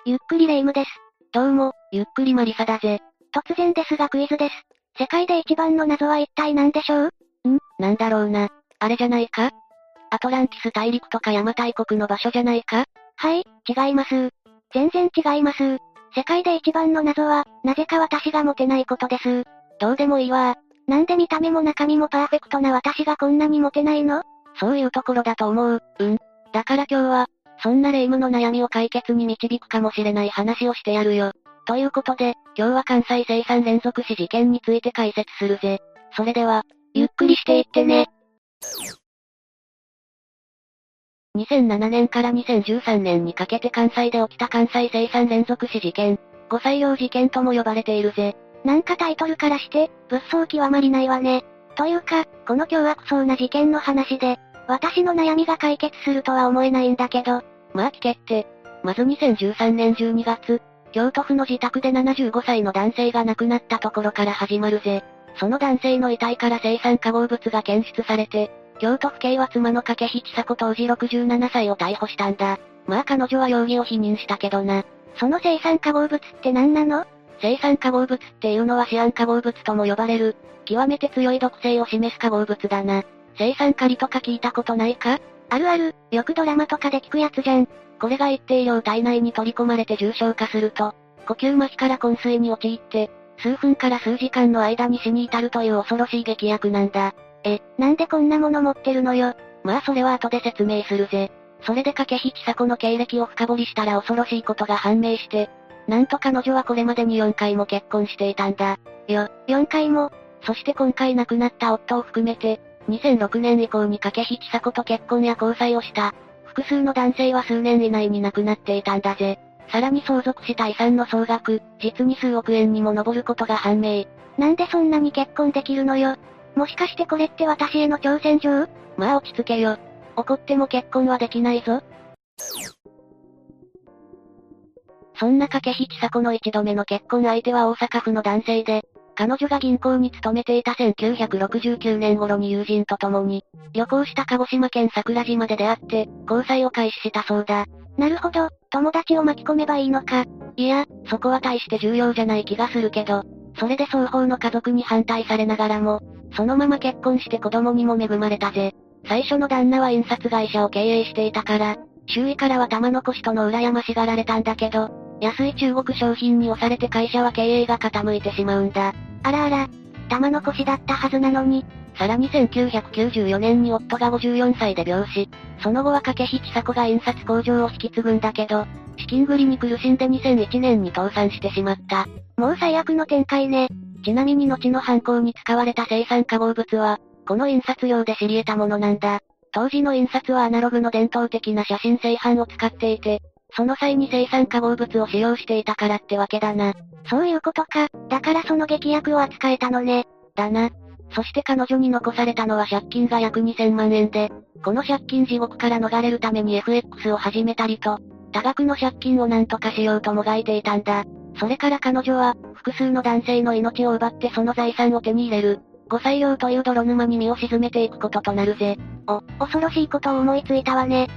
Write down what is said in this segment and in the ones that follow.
ゆっくりレ夢ムです。 どうも、ゆっくりマリサだぜ。 突然ですがクイズです。世界で一番の謎は一体何でしょう？ なんだろうな。あれじゃないか？アトランティス大陸とか邪馬台国の場所じゃないか？ はい、違います。全然違います。世界で一番の謎は、なぜか私がモテないことです。 どうでもいいわ。 なんで見た目も中身もパーフェクトな私がこんなにモテないの？ そういうところだと思う。だから今日は、そんなレ夢ムの悩みを解決に導くかもしれない話をしてやるよ。ということで、今日は関西生産連続死事件について解説するぜ。それでは、 ゆっくりしていってね。 2007年から2013年にかけて関西で起きた関西生産連続死事件、5採用事件とも呼ばれているぜ。 なんかタイトルからして、物騒極まりないわね。というか、この凶悪そうな事件の話で、私の悩みが解決するとは思えないんだけど。 まあ聞けって。まず2013年12月、京都府の自宅で75歳の男性が亡くなったところから始まるぜ。その男性の遺体から青酸化合物が検出されて、京都府警は妻の掛日千佐子当時67歳を逮捕したんだ。まあ彼女は容疑を否認したけどな。 その青酸化合物って何なの？ 青酸化合物っていうのはシアン化合物とも呼ばれる、極めて強い毒性を示す化合物だな。青酸カリとか聞いたことないか？ あるある、よくドラマとかで聞くやつじゃん。 これが一定量体内に取り込まれて重症化すると、呼吸麻痺から昏睡に陥って、数分から数時間の間に死に至るという恐ろしい劇薬なんだ。 なんでこんなもの持ってるのよ。 まあそれは後で説明するぜ。それで掛日千佐子の経歴を深掘りしたら恐ろしいことが判明して、なんと彼女はこれまでに4回も結婚していたんだ。 4回も。 そして今回亡くなった夫を含めて、2006年以降に掛日千佐子と結婚や交際をした。複数の男性は数年以内に亡くなっていたんだぜ。さらに相続した遺産の総額、実に数億円にも上ることが判明。 なんでそんなに結婚できるのよ。もしかしてこれって私への挑戦状？ まあ落ち着けよ。怒っても結婚はできないぞ。そんな掛日千佐子の一度目の結婚相手は大阪府の男性で、彼女が銀行に勤めていた1969年頃に友人と共に、旅行した鹿児島県桜島で出会って、交際を開始したそうだ。 なるほど、友達を巻き込めばいいのか。 いや、そこは大して重要じゃない気がするけど、それで双方の家族に反対されながらも、そのまま結婚して子供にも恵まれたぜ。最初の旦那は印刷会社を経営していたから、周囲からは玉残しとの羨ましがられたんだけど、安い中国商品に押されて会社は経営が傾いてしまうんだ。 あらあら、玉残しだったはずなのに。 さらに1994年に夫が54歳で病死。その後は掛日千佐子が印刷工場を引き継ぐんだけど、資金繰りに苦しんで2001年に倒産してしまった。 もう最悪の展開ね。 ちなみに後の犯行に使われた青酸化合物は、この印刷用で知り得たものなんだ。当時の印刷はアナログの伝統的な写真製版を使っていて、その際に青酸化合物を使用していたからってわけだな。 そういうことか。だからその劇薬を扱えたのね。 だな。そして彼女に残されたのは借金が約2000万円で、この借金地獄から逃れるために FX を始めたりと、多額の借金を何とかしようともがいていたんだ。それから彼女は、複数の男性の命を奪ってその財産を手に入れる、5採用という泥沼に身を沈めていくこととなるぜ。 恐ろしいことを思いついたわね。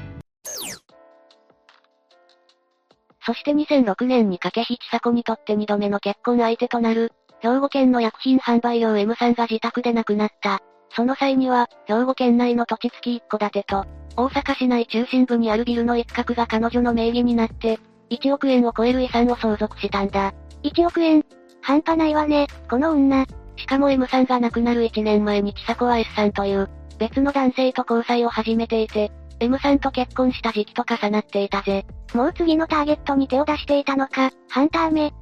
そして2006年に掛日千佐子にとって2度目の結婚相手となる、兵庫県の薬品販売業 M さんが自宅で亡くなった。その際には、兵庫県内の土地付き一戸建てと、大阪市内中心部にあるビルの一角が彼女の名義になって、1億円を超える遺産を相続したんだ。 1億円？半端ないわね、この女。 しかも M さんが亡くなる1年前に千佐子は S さんという、別の男性と交際を始めていて、M さんと結婚した時期と重なっていたぜ。 もう次のターゲットに手を出していたのか、ハンターめ。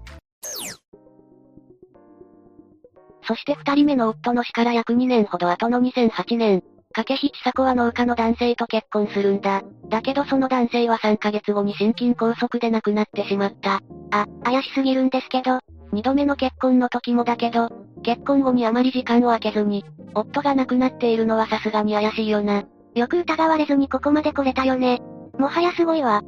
そして2人目の夫の死から約2年ほど後の2008年、掛日千佐子は農家の男性と結婚するんだ。だけどその男性は3ヶ月後に心筋梗塞で亡くなってしまった。 怪しすぎるんですけど。 2度目の結婚の時もだけど、結婚後にあまり時間を空けずに、夫が亡くなっているのはさすがに怪しいよな。 よく疑われずにここまで来れたよね。もはやすごいわ。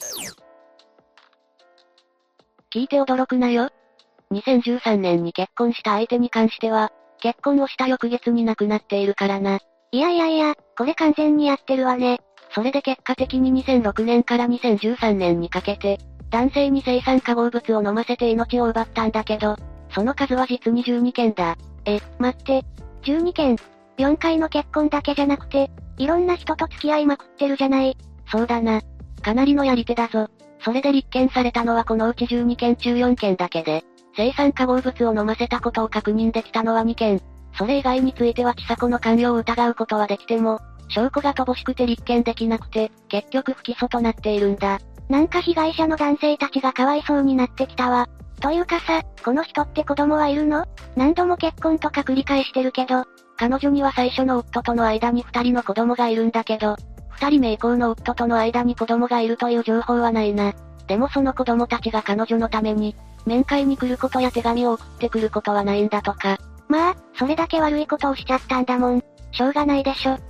聞いて驚くなよ。2013年に結婚した相手に関しては、結婚をした翌月に亡くなっているからな。 いや、これ完全にやってるわね。 それで結果的に2006年から2013年にかけて、 男性に青酸化合物を飲ませて命を奪ったんだけど、その数は実に12件だ。 待って。12件。4回の結婚だけじゃなくて、いろんな人と付き合いまくってるじゃない。 そうだな。かなりのやり手だぞ。それで立件されたのはこのうち12件中4件だけで、青酸化合物を飲ませたことを確認できたのは2件。それ以外については千佐子の関与を疑うことはできても、証拠が乏しくて立件できなくて、結局不起訴となっているんだ。 なんか被害者の男性たちがかわいそうになってきたわ。というかさ、この人って子供はいるの？何度も結婚とか繰り返してるけど、 彼女には最初の夫との間に2人の子供がいるんだけど、2人目以降の夫との間に子供がいるという情報はないな。でもその子供たちが彼女のために、面会に来ることや手紙を送ってくることはないんだとか。 まあ、それだけ悪いことをしちゃったんだもん。しょうがないでしょ。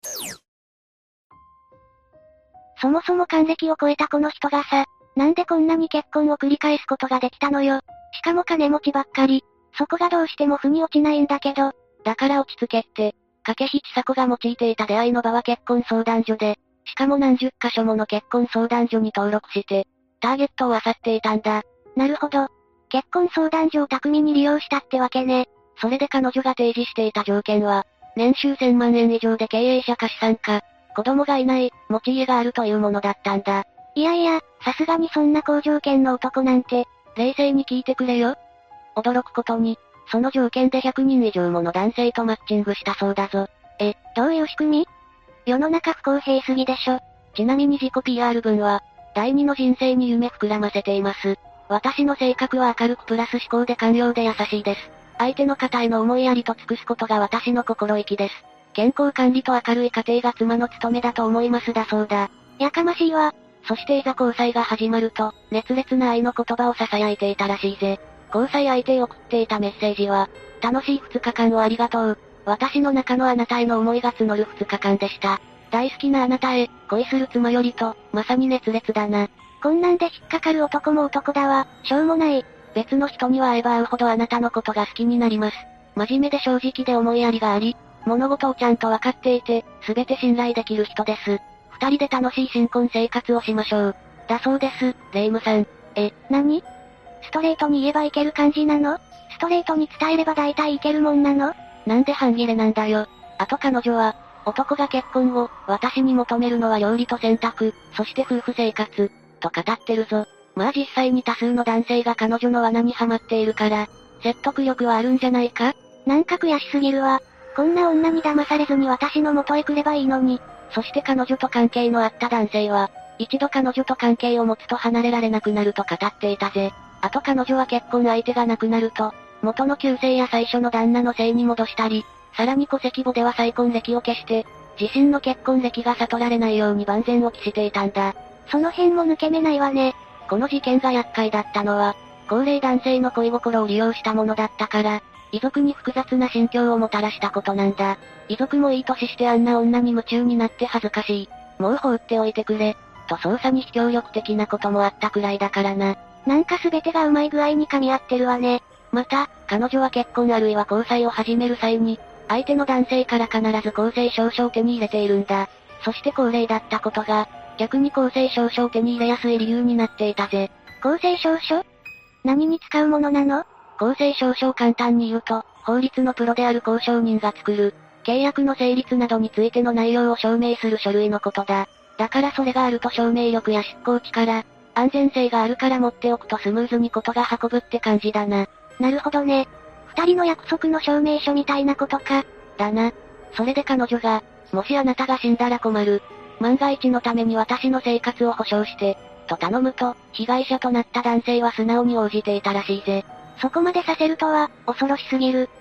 そもそも還暦を超えたこの人がさ、なんでこんなに結婚を繰り返すことができたのよ。しかも金持ちばっかり。そこがどうしても腑に落ちないんだけど。 だから落ち着けって。掛日千佐子が用いていた出会いの場は結婚相談所で、しかも何十箇所もの結婚相談所に登録して、ターゲットを漁っていたんだ。 なるほど。結婚相談所を巧みに利用したってわけね。 それで彼女が提示していた条件は、年収1000万円以上で経営者か資産家、子供がいない、持ち家があるというものだったんだ。 いやいや、さすがにそんな好条件の男なんて、 冷静に聞いてくれよ。驚くことに、その条件で100人以上もの男性とマッチングしたそうだぞ。 どういう仕組み？世の中不公平すぎでしょ。 ちなみに自己 PR 文は、第二の人生に夢膨らませています。私の性格は明るくプラス思考で寛容で優しいです。相手の方への思いやりと尽くすことが私の心意気です。健康管理と明るい家庭が妻の務めだと思いますだそうだ。 やかましいわ。 そしていざ交際が始まると、熱烈な愛の言葉を囁いていたらしいぜ。交際相手へ送っていたメッセージは、楽しい2日間をありがとう。私の中のあなたへの思いが募る2日間でした。大好きなあなたへ、恋する妻よりと、まさに熱烈だな。 こんなんで引っかかる男も男だわ、しょうもない。 別の人には会えば会うほどあなたのことが好きになります。真面目で正直で思いやりがあり、物事をちゃんと分かっていて、すべて信頼できる人です。二人で楽しい新婚生活をしましょう。だそうです、レイムさん。 何？ストレートに言えばいける感じなの？ストレートに伝えれば大体いけるもんなの？ なんで半切れなんだよ。あと彼女は、男が結婚後、私に求めるのは料理と洗濯、そして夫婦生活、と語ってるぞ。まあ実際に多数の男性が彼女の罠にはまっているから、説得力はあるんじゃないか？ なんか悔しすぎるわ。こんな女に騙されずに私の元へ来ればいいのに。 そして彼女と関係のあった男性は、一度彼女と関係を持つと離れられなくなると語っていたぜ。あと彼女は結婚相手が亡くなると、元の旧姓や最初の旦那の姓に戻したり、さらに戸籍簿では再婚歴を消して、自身の結婚歴が悟られないように万全を期していたんだ。 その辺も抜け目ないわね。 この事件が厄介だったのは、高齢男性の恋心を利用したものだったから、遺族に複雑な心境をもたらしたことなんだ。遺族もいい年してあんな女に夢中になって恥ずかしい。もう放っておいてくれ。と捜査に非協力的なこともあったくらいだからな。 なんか全てがうまい具合に噛み合ってるわね。 また、彼女は結婚あるいは交際を始める際に、相手の男性から必ず公正証書を手に入れているんだ。そして高齢だったことが、逆に公正証書を手に入れやすい理由になっていたぜ。 公正証書？何に使うものなの？ 公正証書を簡単に言うと、法律のプロである公証人が作る、契約の成立などについての内容を証明する書類のことだ。だからそれがあると証明力や執行力、安全性があるから持っておくとスムーズにことが運ぶって感じだな。 なるほどね。二人の約束の証明書みたいなことか。 だな。それで彼女が、もしあなたが死んだら困る。万が一のために私の生活を保証して、と頼むと、被害者となった男性は素直に応じていたらしいぜ。 そこまでさせるとは、恐ろしすぎる。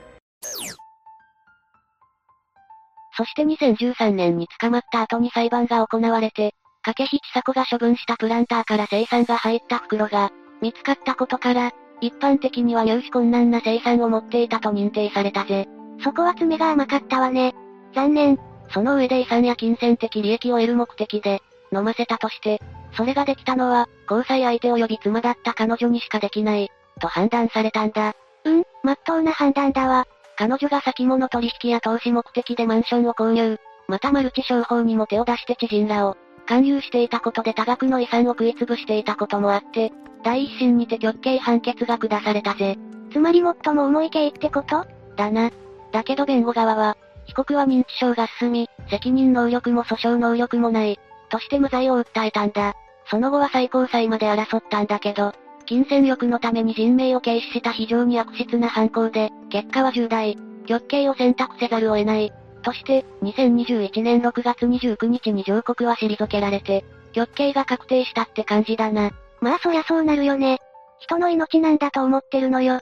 そして2013年に捕まった後に裁判が行われて、掛日千佐子が処分したプランターから青酸が入った袋が、見つかったことから、一般的には入手困難な青酸を持っていたと認定されたぜ。 そこは爪が甘かったわね。残念。 その上で遺産や金銭的利益を得る目的で、飲ませたとして、それができたのは、交際相手及び妻だった彼女にしかできない、と判断されたんだ。 真っ当な判断だわ。 彼女が先物取引や投資目的でマンションを購入、またマルチ商法にも手を出して知人らを、 勧誘していたことで多額の遺産を食い潰していたこともあって、第一審にて極刑判決が下されたぜ。 つまり最も重い刑ってこと？ だな。だけど弁護側は、被告は認知症が進み、責任能力も訴訟能力もない、として無罪を訴えたんだ。その後は最高裁まで争ったんだけど、金銭欲のために人命を軽視した非常に悪質な犯行で、結果は重大、極刑を選択せざるを得ない。として、2021年6月29日に上告は退けられて、極刑が確定したって感じだな。 まあそりゃそうなるよね。人の命なんだと思ってるのよ。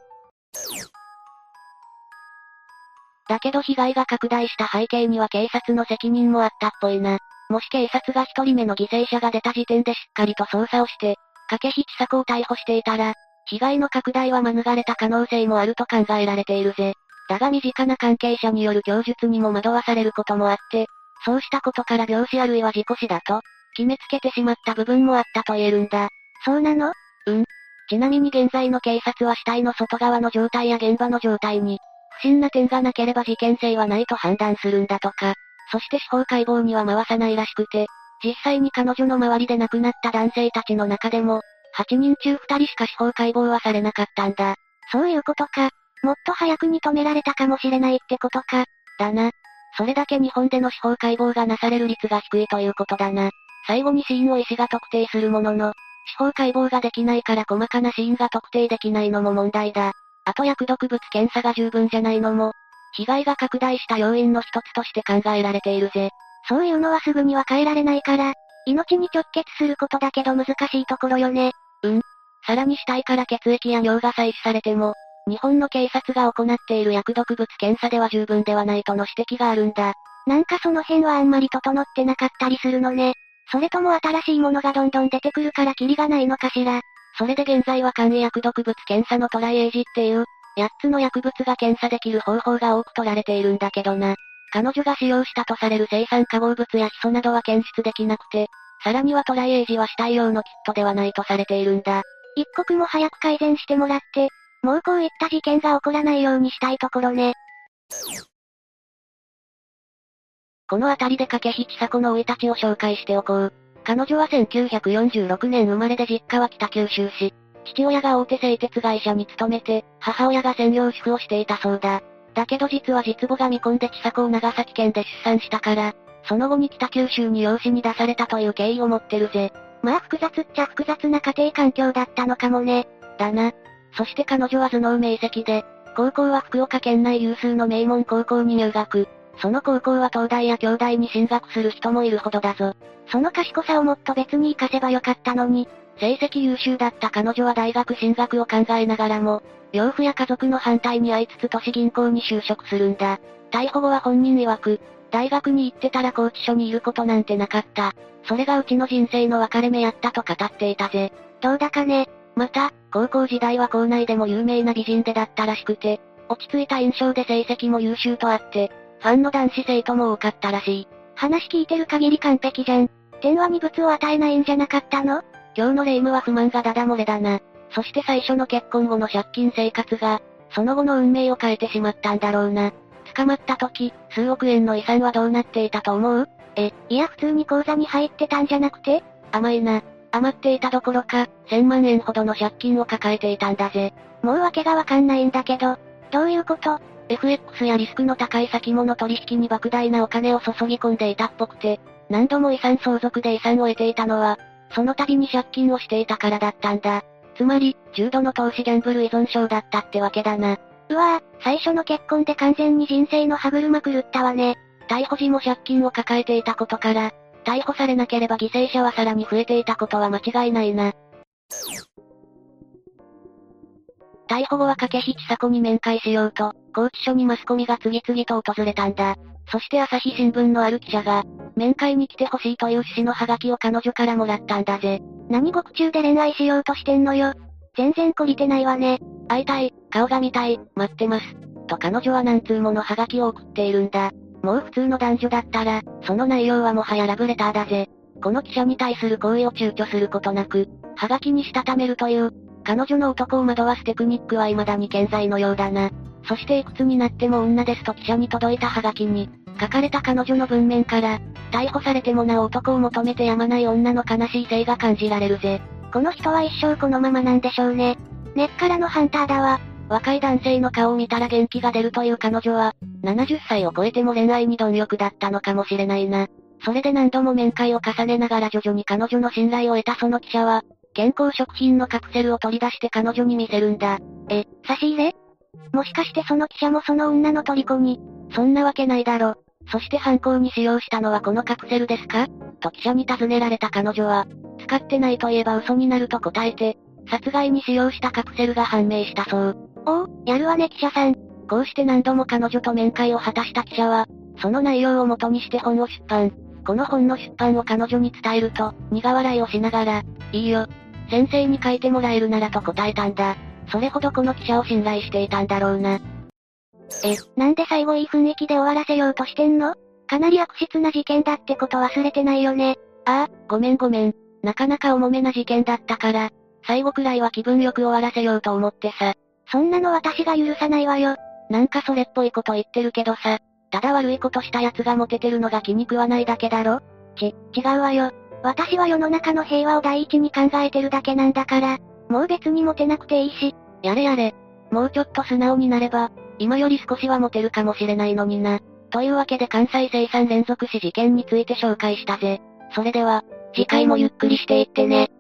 だけど被害が拡大した背景には警察の責任もあったっぽいな。もし警察が一人目の犠牲者が出た時点でしっかりと捜査をして、筧千佐子を逮捕していたら、被害の拡大は免れた可能性もあると考えられているぜ。だが身近な関係者による供述にも惑わされることもあって、そうしたことから病死あるいは事故死だと、決めつけてしまった部分もあったと言えるんだ。 そうなの？ ちなみに現在の警察は死体の外側の状態や現場の状態に、不審な点がなければ事件性はないと判断するんだとか。そして司法解剖には回さないらしくて、実際に彼女の周りで亡くなった男性たちの中でも、8人中2人しか司法解剖はされなかったんだ。 そういうことか。もっと早くに止められたかもしれないってことか。 だな。それだけ日本での司法解剖がなされる率が低いということだな。最後に死因を医師が特定するものの、司法解剖ができないから細かな死因が特定できないのも問題だ。あと薬毒物検査が十分じゃないのも、被害が拡大した要因の一つとして考えられているぜ。 そういうのはすぐには変えられないから、命に直結することだけど難しいところよね。 さらに死体から血液や尿が採取されても、日本の警察が行っている薬毒物検査では十分ではないとの指摘があるんだ。 なんかその辺はあんまり整ってなかったりするのね。それとも新しいものがどんどん出てくるからキリがないのかしら。 それで現在は簡易薬毒物検査のトライエージっていう、8つの薬物が検査できる方法が多く取られているんだけどな。彼女が使用したとされる青酸化合物やヒ素などは検出できなくて、さらにはトライエージは死体用のキットではないとされているんだ。 一刻も早く改善してもらって、もうこういった事件が起こらないようにしたいところね。 この辺りで筧千佐子の生い立ちを紹介しておこう。彼女は1946年生まれで実家は北九州市。父親が大手製鉄会社に勤めて、母親が専業主婦をしていたそうだ。だけど実は実母が未婚で千佐子を長崎県で出産したから、その後に北九州に養子に出されたという経緯を持ってるぜ。 まあ複雑っちゃ複雑な家庭環境だったのかもね。 だな。そして彼女は頭脳明晰で、高校は福岡県内有数の名門高校に入学。その高校は東大や京大に進学する人もいるほどだぞ。 その賢さをもっと別に活かせばよかったのに。 成績優秀だった彼女は大学進学を考えながらも、養父や家族の反対に遭いつつ都市銀行に就職するんだ。逮捕後は本人曰く、大学に行ってたら拘置所にいることなんてなかった。それがうちの人生の分かれ目やったと語っていたぜ。 どうだかね。 また、高校時代は校内でも有名な美人でだったらしくて、落ち着いた印象で成績も優秀とあって、ファンの男子生徒も多かったらしい。 話聞いてる限り完璧じゃん。天は二物を与えないんじゃなかったの？ 今日の霊夢は不満がダダ漏れだな。そして最初の結婚後の借金生活が、その後の運命を変えてしまったんだろうな。捕まった時、数億円の遺産はどうなっていたと思う？ いや普通に口座に入ってたんじゃなくて？ 甘いな。余っていたどころか、1000万円ほどの借金を抱えていたんだぜ。 もう訳がわかんないんだけど、どういうこと？ FX やリスクの高い先物取引に莫大なお金を注ぎ込んでいたっぽくて、何度も遺産相続で遺産を得ていたのは、その度に借金をしていたからだったんだ。つまり、重度の投資ギャンブル依存症だったってわけだな。 うわぁ、最初の結婚で完全に人生の歯車狂ったわね。 逮捕時も借金を抱えていたことから、逮捕されなければ犠牲者はさらに増えていたことは間違いないな。逮捕後は筧千佐子に面会しようと、拘置所にマスコミが次々と訪れたんだ。そして朝日新聞のある記者が、面会に来てほしいという趣旨のハガキを彼女からもらったんだぜ。 何獄中で恋愛しようとしてんのよ。全然懲りてないわね。 会いたい、顔が見たい、待ってます。と彼女は何通ものハガキを送っているんだ。もう普通の男女だったら、その内容はもはやラブレターだぜ。この記者に対する行為を躊躇することなく、ハガキにしたためるという、彼女の男を惑わすテクニックは未だに健在のようだな。そしていくつになっても女ですと記者に届いたハガキに、 書かれた彼女の文面から、逮捕されてもなお男を求めてやまない女の悲しい性が感じられるぜ。 この人は一生このままなんでしょうね。根っからのハンターだわ。 若い男性の顔を見たら元気が出るという彼女は、70歳を超えても恋愛に貪欲だったのかもしれないな。それで何度も面会を重ねながら徐々に彼女の信頼を得たその記者は、健康食品のカプセルを取り出して彼女に見せるんだ。 差し入れ？もしかしてその記者もその女の虜に？ そんなわけないだろ。そして犯行に使用したのはこのカプセルですか？と記者に尋ねられた彼女は、使ってないと言えば嘘になると答えて、殺害に使用したカプセルが判明したそう。 おお、やるわね記者さん。 こうして何度も彼女と面会を果たした記者は、その内容を元にして本を出版。この本の出版を彼女に伝えると、苦笑いをしながら、いいよ。先生に書いてもらえるならと答えたんだ。それほどこの記者を信頼していたんだろうな。 なんで最後いい雰囲気で終わらせようとしてんの？かなり悪質な事件だってこと忘れてないよね。 ああ、ごめん。なかなか重めな事件だったから、最後くらいは気分よく終わらせようと思ってさ。 そんなの私が許さないわよ。 なんかそれっぽいこと言ってるけどさ、ただ悪いことした奴がモテてるのが気に食わないだけだろ？ 違うわよ。私は世の中の平和を第一に考えてるだけなんだから、もう別にモテなくていいし。 やれ。もうちょっと素直になれば、今より少しはモテるかもしれないのにな。というわけで関西生産連続死事件について紹介したぜ。それでは、次回もゆっくりしていってね。